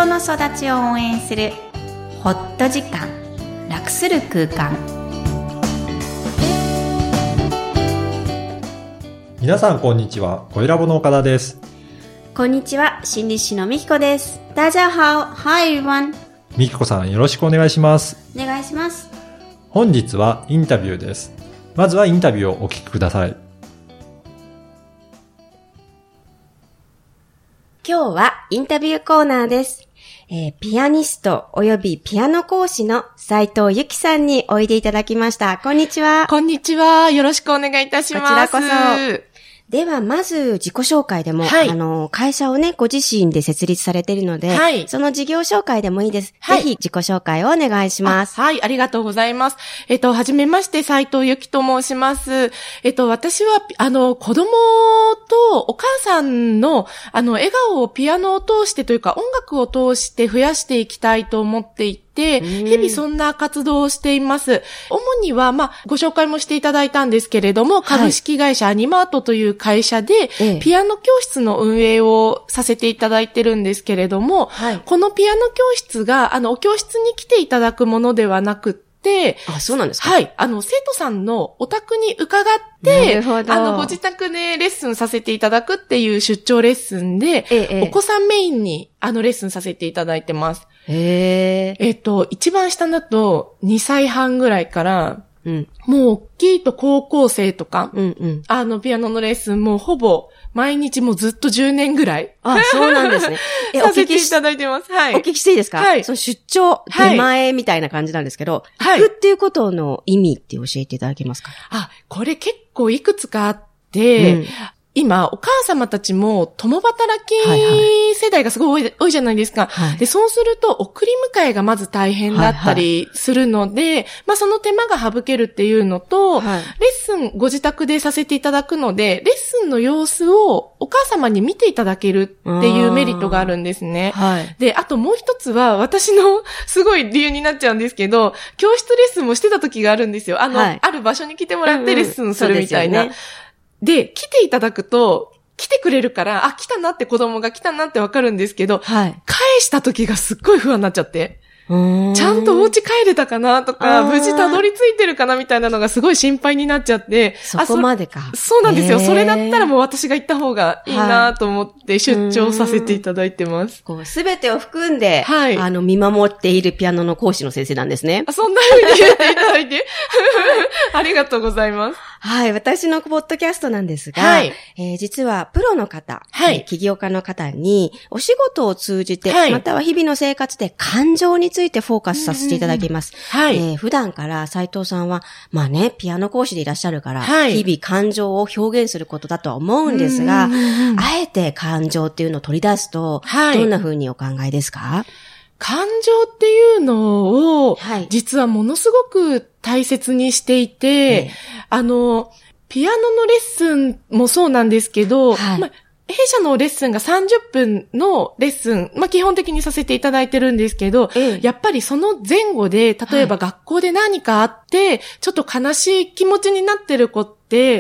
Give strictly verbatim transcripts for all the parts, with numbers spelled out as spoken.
人の育ちを応援するホット時間、楽する空間。 皆さんこんにちは、声ラボの岡田です。 こんにちは、心理師のみきこです。大家好、Hi everyone。 みきこさん、よろしくお願いします。 お願いします。 本日はインタビューです。まずはインタビューをお聞きください。 今日はインタビューコーナーです。えー、ピアニストおよびピアノ講師の斉藤由貴さんにおいでいただきました。こんにちは。 こんにちは。よろしくお願いいたします。 こちらこそ。では、まず自己紹介でも、はい、あの、会社をね、ご自身で設立されているので、はい、その事業紹介でもいいです。はい、ぜひ自己紹介をお願いします。 はい、ありがとうございます。えっと、はじめまして、斉藤由貴と申します。えっと、私は、あの、子供とお母さんの、あの、笑顔をピアノを通してというか、音楽を通して増やしていきたいと思っていて、で、日々そんな活動をしています。主には、まあ、ご紹介もしていただいたんですけれども、はい、株式会社アニマートという会社で、ええ、ピアノ教室の運営をさせていただいてるんですけれども、はい、このピアノ教室が、あの、お教室に来ていただくものではなくて、で、 あ、そうなんですか？ はい。あの、生徒さんのお宅に伺って、あの、ご自宅でレッスンさせていただくっていう出張レッスンで、ええ、お子さんメインに、あの、レッスンさせていただいてます。 へー。 えっと、一番下だとにさいはんぐらいから、うん、もう大きいと高校生とか、うんうん、あの、ピアノのレッスンもほぼ、毎日もうずっとじゅうねんぐらい。 あ、そうなんですね。 え、させていただいてます。はい。 お聞きしていいですか？はい。その出張、出前みたいな感じなんですけど、はい。行くっていうことの意味って教えていただけますか？ あ、これ結構いくつかあって、うん、今、お母様たちも共働き世代がすごい多い、多いじゃないですか、はい。で、そうすると、送り迎えがまず大変だったりするので、はいはい、まあその手間が省けるっていうのと、はい、レッスンご自宅でさせていただくので、レッスンの様子をお母様に見ていただけるっていうメリットがあるんですね。はい、で、あともう一つは、私のすごい理由になっちゃうんですけど、教室レッスンもしてた時があるんですよ。あの、はい、ある場所に来てもらってレッスンするみたいな。うんうんで、来ていただくと、来てくれるから、あ、来たなって子供が来たなってわかるんですけど、はい、返した時がすっごい不安になっちゃって。ちゃんとお家帰れたかなとか、無事たどり着いてるかなみたいなのがすごい心配になっちゃって。 そこまでか。 そ, そうなんですよ。それだったらもう私が行った方がいいなと思って出張させていただいてます。 こう、すべてを含んで、はい、あの、見守っているピアノの講師の先生なんですね。 そんな風に言っていただいて。ありがとうございます。 はい。私のポッドキャストなんですが、はいえー、実はプロの方、はい、起業家の方にお仕事を通じて、はい、または日々の生活で感情についてフォーカスさせていただきます。はいえー、普段から斉藤さんは、まあね、ピアノ講師でいらっしゃるから、はい、日々感情を表現することだとは思うんですが、あえて感情っていうのを取り出すと、はい、どんな風にお考えですか？ 感情っていうのを、はい、実はものすごく大切にしていて、ね、あの、ピアノのレッスンもそうなんですけど、はいま、弊社のレッスンがさんじゅっぷんのレッスン、まあ、基本的にさせていただいてるんですけど、ええ、やっぱりその前後で、例えば学校で何かあって、はい、ちょっと悲しい気持ちになってる子って、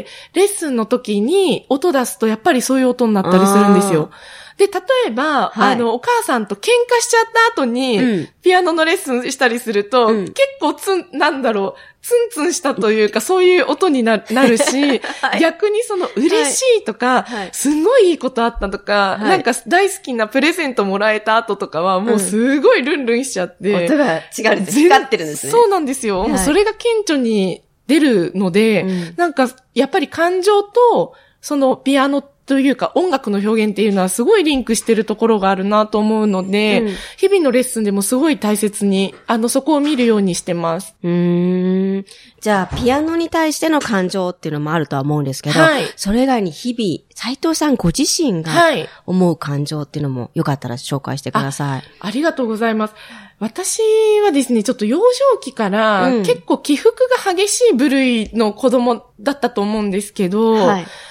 レッスンの時に音出すとやっぱりそういう音になったりするんですよ。で、例えば、はい、あの、お母さんと喧嘩しちゃった後に、うん、ピアノのレッスンしたりすると、うん、結構ツン、なんだろう、ツンツンしたというか、そういう音にな、なるし、はい、逆にその嬉しいとか、はい、すごいいいことあったとか、はい、なんか大好きなプレゼントもらえた後とかは、もうすごいルンルンしちゃって。 うん、音が違うんです。光ってるんですね。 そうなんですよ。はい、もうそれが顕著に出るので、うん、なんか、やっぱり感情と、そのピアノというか音楽の表現っていうのはすごいリンクしてるところがあるなと思うので、うん、日々のレッスンでもすごい大切に、あの、そこを見るようにしてます。 うーん。じゃあ、ピアノに対しての感情っていうのもあるとは思うんですけど、はい、それ以外に日々、斉藤さんご自身が思う感情っていうのもよかったら紹介してください。 あ、ありがとうございます。私はですね、ちょっと幼少期から結構起伏が激しい部類の子供だったと思うんですけど、はい、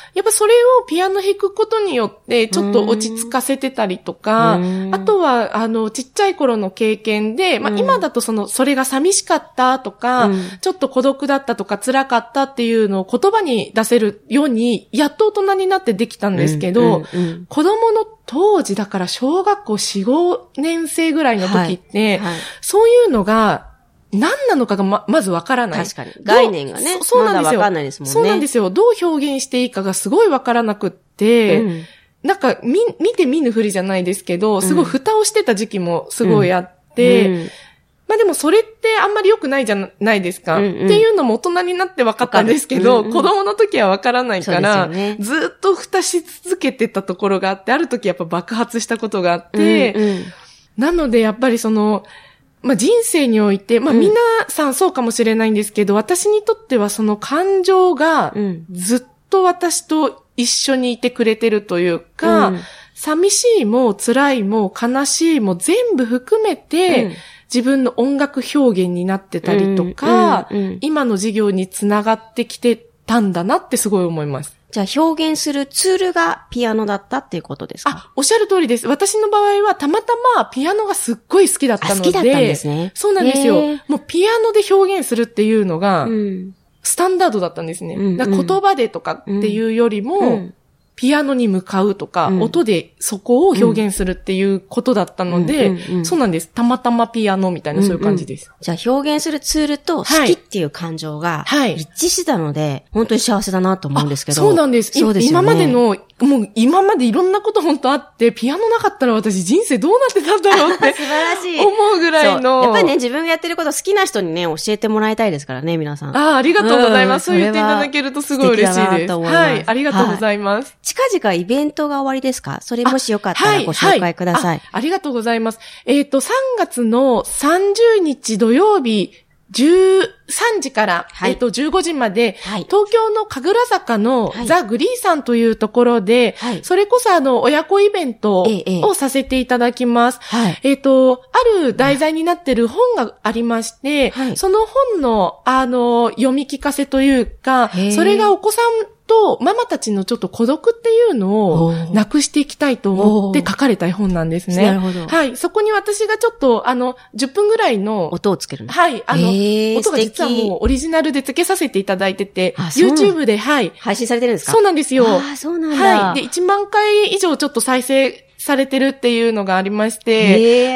やっぱそれをピアノ弾くことによってちょっと落ち着かせてたりとか、あとはあのちっちゃい頃の経験で、まあ今だとそのそれが寂しかったとか、うん、ちょっと孤独だったとか辛かったっていうのを言葉に出せるようにやっと大人になってできたんですけど、うんうんうん、子供の当時だから小学校よん、ごねん生ぐらいの時って、はいはい、そういうのが何なのかがま、まずわからない。 確かに。概念がね。そそうなんですよ。まだわかんないですもんね。 そうなんですよ。どう表現していいかがすごいわからなくって、うん、なんか、み、見て見ぬふりじゃないですけど、すごい蓋をしてた時期もすごいあって、うんうん、まあでもそれってあんまり良くないじゃないですか、うんうん。っていうのも大人になって分かったんですけど、うんうん、子供の時はわからないから、ね、ずっと蓋し続けてたところがあって、ある時やっぱ爆発したことがあって、うんうん、なのでやっぱりその、まあ、人生において、まあ、皆さんそうかもしれないんですけど、うん、私にとってはその感情がずっと私と一緒にいてくれてるというか、うん、寂しいも辛いも悲しいも全部含めて、うん、自分の音楽表現になってたりとか、うんうんうん、今の授業につながってきてたんだなってすごい思います。 じゃあ表現するツールがピアノだったっていうことですか？ あ、おっしゃる通りです。私の場合はたまたまピアノがすっごい好きだったので。 好きだったんですね。 そうなんですよ。もうピアノで表現するっていうのが、スタンダードだったんですね。うんうん、だから言葉でとかっていうよりも、うんうんピアノに向かうとか、うん、音でそこを表現するっていうことだったので、うんうんうんうん、そうなんです。たまたまピアノみたいな、そういう感じです。 うんうん、じゃあ表現するツールと好きっていう感情が一致してたので、はいはい、本当に幸せだなと思うんですけど。 そうなんです。そうですよね。今までの、もう今までいろんなこと本当あって、ピアノなかったら私人生どうなってたんだろうって素晴らしい思うぐらいの。 やっぱりね、自分がやってること好きな人にね、教えてもらいたいですからね、皆さん。 ああ、ありがとうございます。うん、そう言っていただけるとすごい嬉しいです。はい、ありがとうございます。はい、 近々イベントが終わりですか？それもしよかったらご紹介ください。はいはい、 あ, ありがとうございます。えっと、さんがつのさんじゅうにち土曜日、じゅうさんじから、はい、えっと、じゅうごじまで、はい、東京の神楽坂のザ・グリーさんというところで、はい、それこそあの、親子イベントをさせていただきます。はい、えっと、ある題材になっている本がありまして、はい、その本の、あの、読み聞かせというか、それがお子さんとママたちのちょっと孤独っていうのをなくしていきたいと思って書かれた絵本なんですね。 なるほど。 はい。そこに私がちょっと、あの、じゅっぷんぐらいの音をつけるの。 はい。あの、音が実はもうオリジナルで付けさせていただいてて、YouTube で、はい。 配信されてるんですか？ そうなんですよ。 ああ、そうなんだ。 はい。で、いちまんかい以上ちょっと再生されてるっていうのがありまして、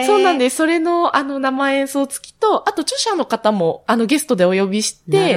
そうなんです。それの、あの、生演奏付きと、あと著者の方も、あの、ゲストでお呼びして、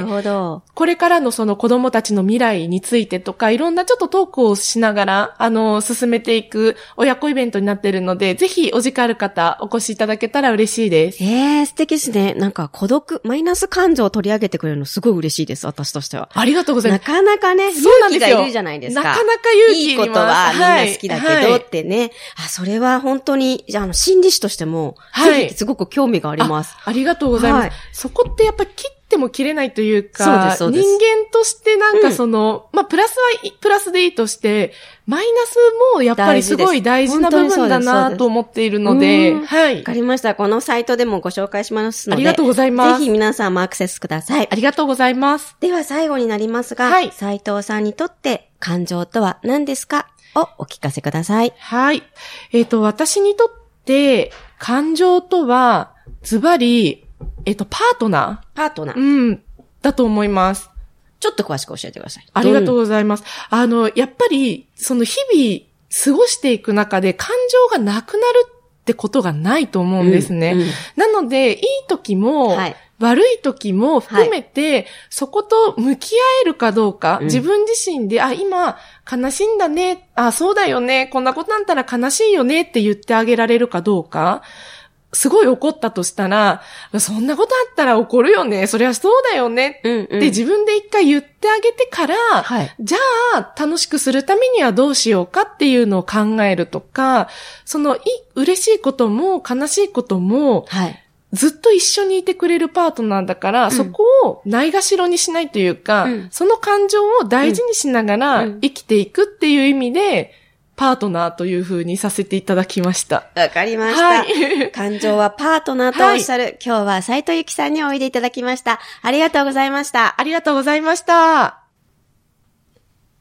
なるほど。 これからのその子供たちの未来についてとか、いろんなちょっとトークをしながら、あの、進めていく親子イベントになっているので、ぜひお時間ある方、お越しいただけたら嬉しいです。 えー、素敵ですね。なんか孤独、マイナス感情を取り上げてくれるのすごい嬉しいです、私としては。 ありがとうございます。 なかなかね、勇気がいるじゃないですか。 なかなか勇気いります。 いいことはみんな好きだけど、はい、ってね。あ、それは本当に、あの、心理師としても、はい、ぜひすごく興味があります。 あ、ありがとうございます。はい、そこってやっぱり切っても切れないというか、そうです、そうです。人間としてなんかその、うん、まあ、プラスは、プラスでいいとして、マイナスもやっぱりすごい大事な部分だなと思っているので、はい。 わかりました。このサイトでもご紹介しますので、 ありがとうございます。 ぜひ皆さんもアクセスください。 ありがとうございます。 では最後になりますが、はい。斉藤さんにとって感情とは何ですかをお聞かせください。 はい。えっと、私にとって感情とは、ズバリ、えっと、パートナーパートナー。 うん。だと思います。 ちょっと詳しく教えてください。 ありがとうございます。あの、やっぱり、その日々過ごしていく中で感情がなくなるってことがないと思うんですね。うんうん、なので、いい時も、はい、悪い時も含めて、はい、そこと向き合えるかどうか、うん、自分自身で、あ、今、悲しいんだね、あ、そうだよね、こんなことなんたら悲しいよねって言ってあげられるかどうか、すごい怒ったとしたら、そんなことあったら怒るよね。そりゃそうだよね。うんうん、って自分で一回言ってあげてから、はい、じゃあ楽しくするためにはどうしようかっていうのを考えるとか、そのい嬉しいことも悲しいことも、はい、ずっと一緒にいてくれるパートナーだから、うん、そこをないがしろにしないというか、うん、その感情を大事にしながら生きていくっていう意味で、パートナーという風にさせていただきました。 わかりました。はい、感情はパートナーとおっしゃる。はい、今日は斉藤由貴さんにおいでいただきました。ありがとうございました。 ありがとうございました。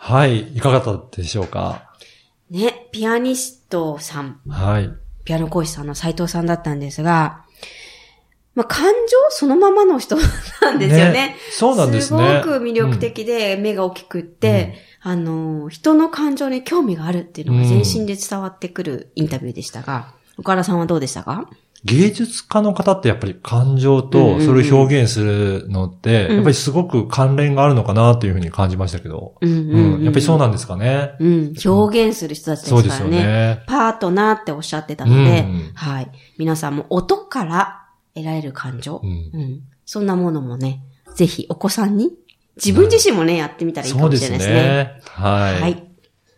はい。いかがだったでしょうか？ ね、ピアニストさん。 はい。 ピアノ講師さんの斉藤さんだったんですが、まあ、感情そのままの人なんですよね。ね、 そうなんですね。 すごく魅力的で、目が大きくって、うん、あの、人の感情に興味があるっていうのが全身で伝わってくるインタビューでしたが、うん、岡田さんはどうでしたか？ 芸術家の方ってやっぱり感情とそれを表現するのって、やっぱりすごく関連があるのかなというふうに感じましたけど、うんうん、やっぱりそうなんですかね。 うん、表現する人たちですからね。そうですよね。パートナーっておっしゃってたので、うん、はい。皆さんも音から得られる感情、うんうん、そんなものもね、ぜひお子さんに、自分自身もね、うん、やってみたらいいかもしれないですね。そうですね。 はい。はい、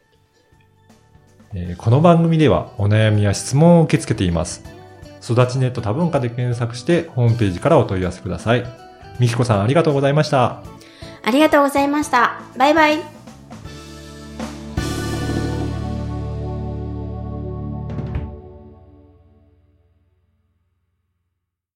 えー、この番組ではお悩みや質問を受け付けています。育ちネット多文化で検索してホームページからお問い合わせください。みきこさんありがとうございました。 ありがとうございました。バイバイ。